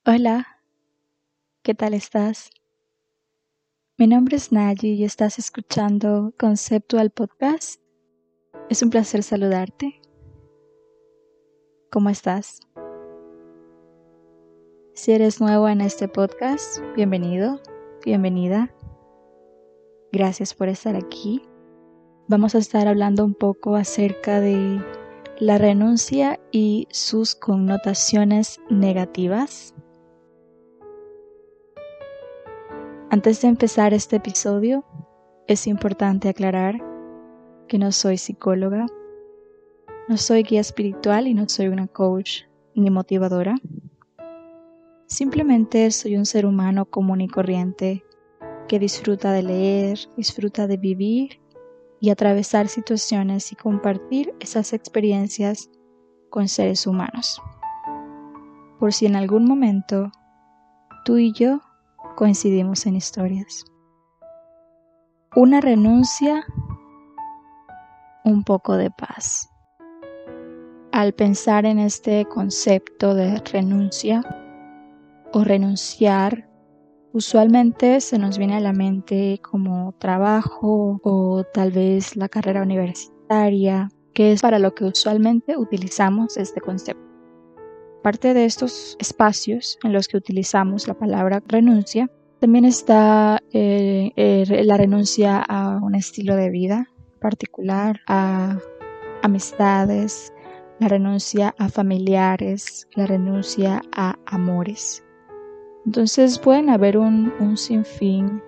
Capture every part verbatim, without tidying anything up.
Hola, ¿qué tal estás? Mi nombre es Nayi y estás escuchando Conceptual Podcast. Es un placer saludarte. ¿Cómo estás? Si eres nuevo en este podcast, bienvenido, bienvenida. Gracias por estar aquí. Vamos a estar hablando un poco acerca de la renuncia y sus connotaciones negativas. Antes de empezar este episodio, es importante aclarar que no soy psicóloga, no soy guía espiritual y no soy una coach ni motivadora. Simplemente soy un ser humano común y corriente que disfruta de leer, disfruta de vivir y atravesar situaciones y compartir esas experiencias con seres humanos. Por si en algún momento tú y yo coincidimos en historias. Una renuncia, un poco de paz. Al pensar en este concepto de renuncia o renunciar, usualmente se nos viene a la mente como trabajo o tal vez la carrera universitaria, que es para lo que usualmente utilizamos este concepto. Parte de estos espacios en los que utilizamos la palabra renuncia, también está eh, eh, la renuncia a un estilo de vida particular, a amistades, la renuncia a familiares, la renuncia a amores. Entonces pueden haber un, un sinfín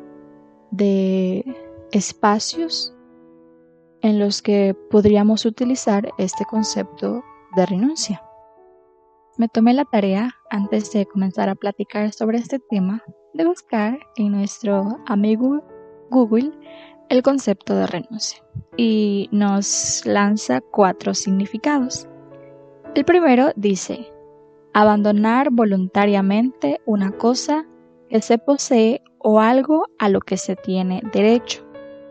de espacios en los que podríamos utilizar este concepto de renuncia. Me tomé la tarea, antes de comenzar a platicar sobre este tema, de buscar en nuestro amigo Google el concepto de renuncia y nos lanza cuatro significados. El primero dice: abandonar voluntariamente una cosa que se posee o algo a lo que se tiene derecho.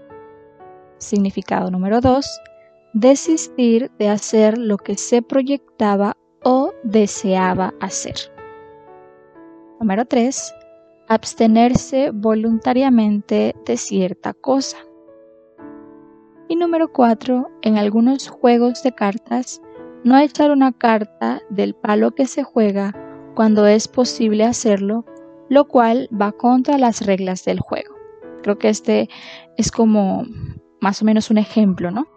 Significado número dos: desistir de hacer lo que se proyectaba o deseaba hacer. Número tres: abstenerse voluntariamente de cierta cosa. Y número cuatro: en algunos juegos de cartas, no echar una carta del palo que se juega cuando es posible hacerlo, lo cual va contra las reglas del juego. Creo que este es como más o menos un ejemplo, ¿no?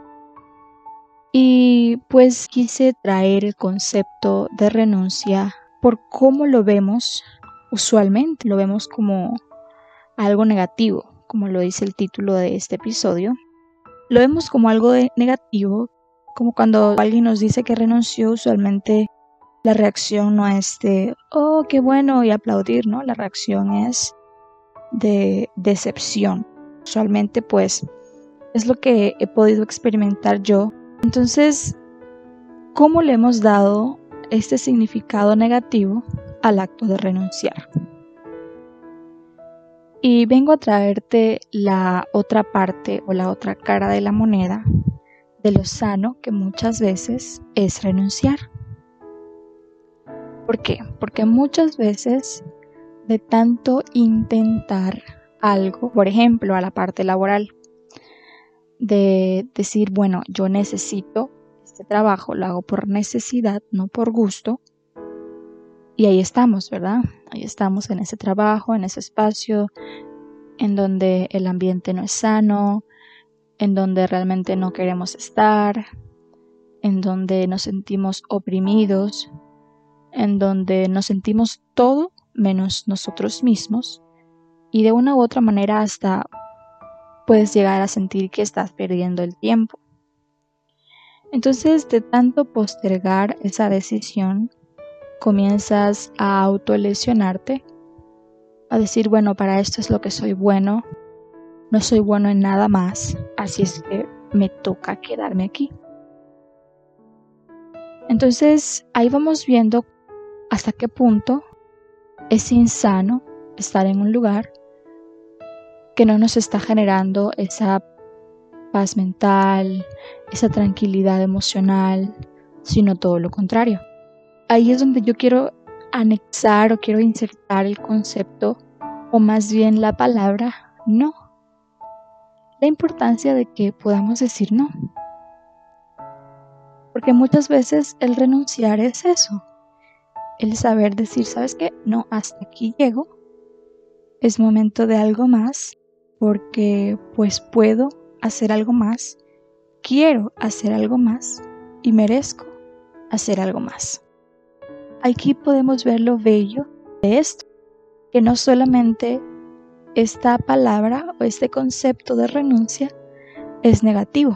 Y pues quise traer el concepto de renuncia por cómo lo vemos usualmente. Lo vemos como algo negativo, como lo dice el título de este episodio. Lo vemos como algo de negativo, como cuando alguien nos dice que renunció, usualmente la reacción no es de, oh, qué bueno, y aplaudir, ¿no? La reacción es de decepción. Usualmente, pues, es lo que he podido experimentar yo. Entonces, ¿cómo le hemos dado este significado negativo al acto de renunciar? Y vengo a traerte la otra parte o la otra cara de la moneda de lo sano que muchas veces es renunciar. ¿Por qué? Porque muchas veces de tanto intentar algo, por ejemplo, a la parte laboral, de decir, bueno, yo necesito este trabajo, lo hago por necesidad, no por gusto, y ahí estamos, ¿verdad? Ahí estamos en ese trabajo, en ese espacio, en donde el ambiente no es sano, en donde realmente no queremos estar, en donde nos sentimos oprimidos, en donde nos sentimos todo menos nosotros mismos, y de una u otra manera hasta puedes llegar a sentir que estás perdiendo el tiempo. Entonces, de tanto postergar esa decisión, comienzas a autolesionarte, a decir, bueno, para esto es lo que soy bueno, no soy bueno en nada más, así es que me toca quedarme aquí. Entonces, ahí vamos viendo hasta qué punto es insano estar en un lugar que no nos está generando esa paz mental, esa tranquilidad emocional, sino todo lo contrario. Ahí es donde yo quiero anexar o quiero insertar el concepto o más bien la palabra no. La importancia de que podamos decir no. Porque muchas veces el renunciar es eso. El saber decir, ¿sabes qué? No, hasta aquí llego. Es momento de algo más porque pues puedo hacer algo más, quiero hacer algo más y merezco hacer algo más. Aquí podemos ver lo bello de esto, que no solamente esta palabra o este concepto de renuncia es negativo.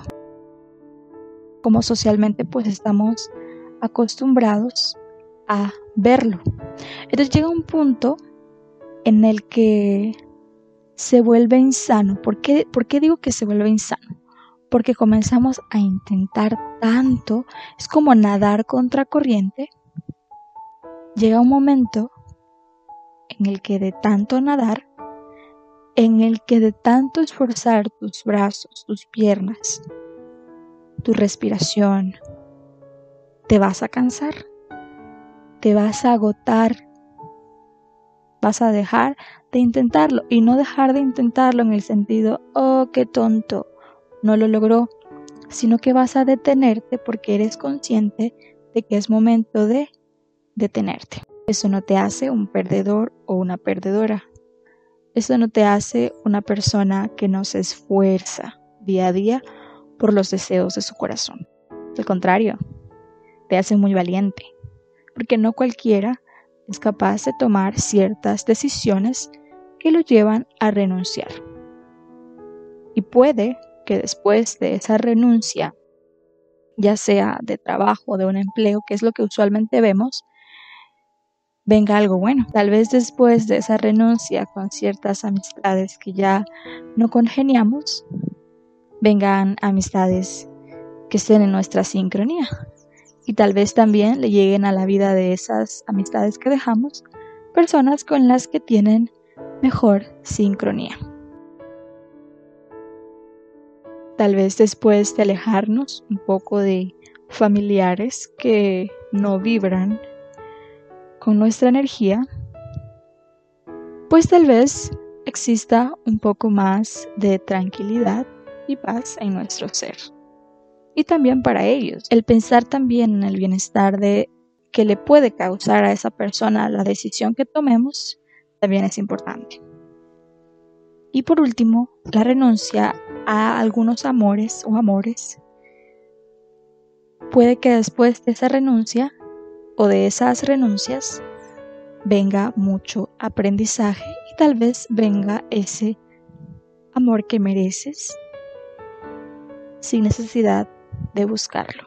Como socialmente pues estamos acostumbrados a verlo. Entonces llega un punto en el que se vuelve insano. ¿Por qué, ¿Por qué digo que se vuelve insano? Porque comenzamos a intentar tanto, es como nadar contra corriente. Llega un momento en el que de tanto nadar, en el que de tanto esforzar tus brazos, tus piernas, tu respiración, te vas a cansar, te vas a agotar, vas a dejar de intentarlo y no dejar de intentarlo en el sentido, oh, qué tonto, no lo logró, sino que vas a detenerte porque eres consciente de que es momento de detenerte. Eso no te hace un perdedor o una perdedora. Eso no te hace una persona que no se esfuerza día a día por los deseos de su corazón. Al contrario, te hace muy valiente, porque no cualquiera es capaz de tomar ciertas decisiones que lo llevan a renunciar. Y puede que después de esa renuncia, ya sea de trabajo o de un empleo, que es lo que usualmente vemos, venga algo bueno. Tal vez después de esa renuncia con ciertas amistades que ya no congeniamos, vengan amistades que estén en nuestra sincronía. Y tal vez también le lleguen a la vida de esas amistades que dejamos personas con las que tienen mejor sincronía. Tal vez después de alejarnos un poco de familiares que no vibran con nuestra energía, pues tal vez exista un poco más de tranquilidad y paz en nuestro ser. Y también para ellos, el pensar también en el bienestar de que le puede causar a esa persona la decisión que tomemos, también es importante. Y por último, la renuncia a algunos amores o amores. Puede que después de esa renuncia o de esas renuncias venga mucho aprendizaje y tal vez venga ese amor que mereces sin necesidad de buscarlo.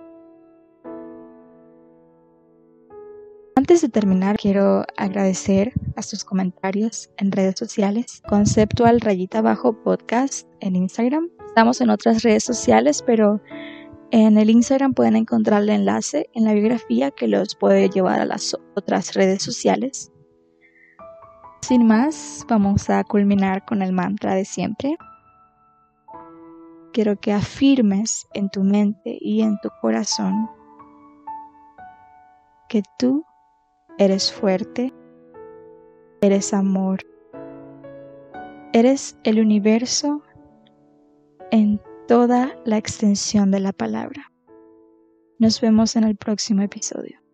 Antes de terminar, quiero agradecer a sus comentarios en redes sociales, Conceptual Rayita Abajo Podcast en Instagram. Estamos en otras redes sociales, pero en el Instagram pueden encontrar el enlace en la biografía que los puede llevar a las otras redes sociales. Sin más, vamos a culminar con el mantra de siempre. Quiero que afirmes en tu mente y en tu corazón que tú eres fuerte, eres amor, eres el universo en toda la extensión de la palabra. Nos vemos en el próximo episodio.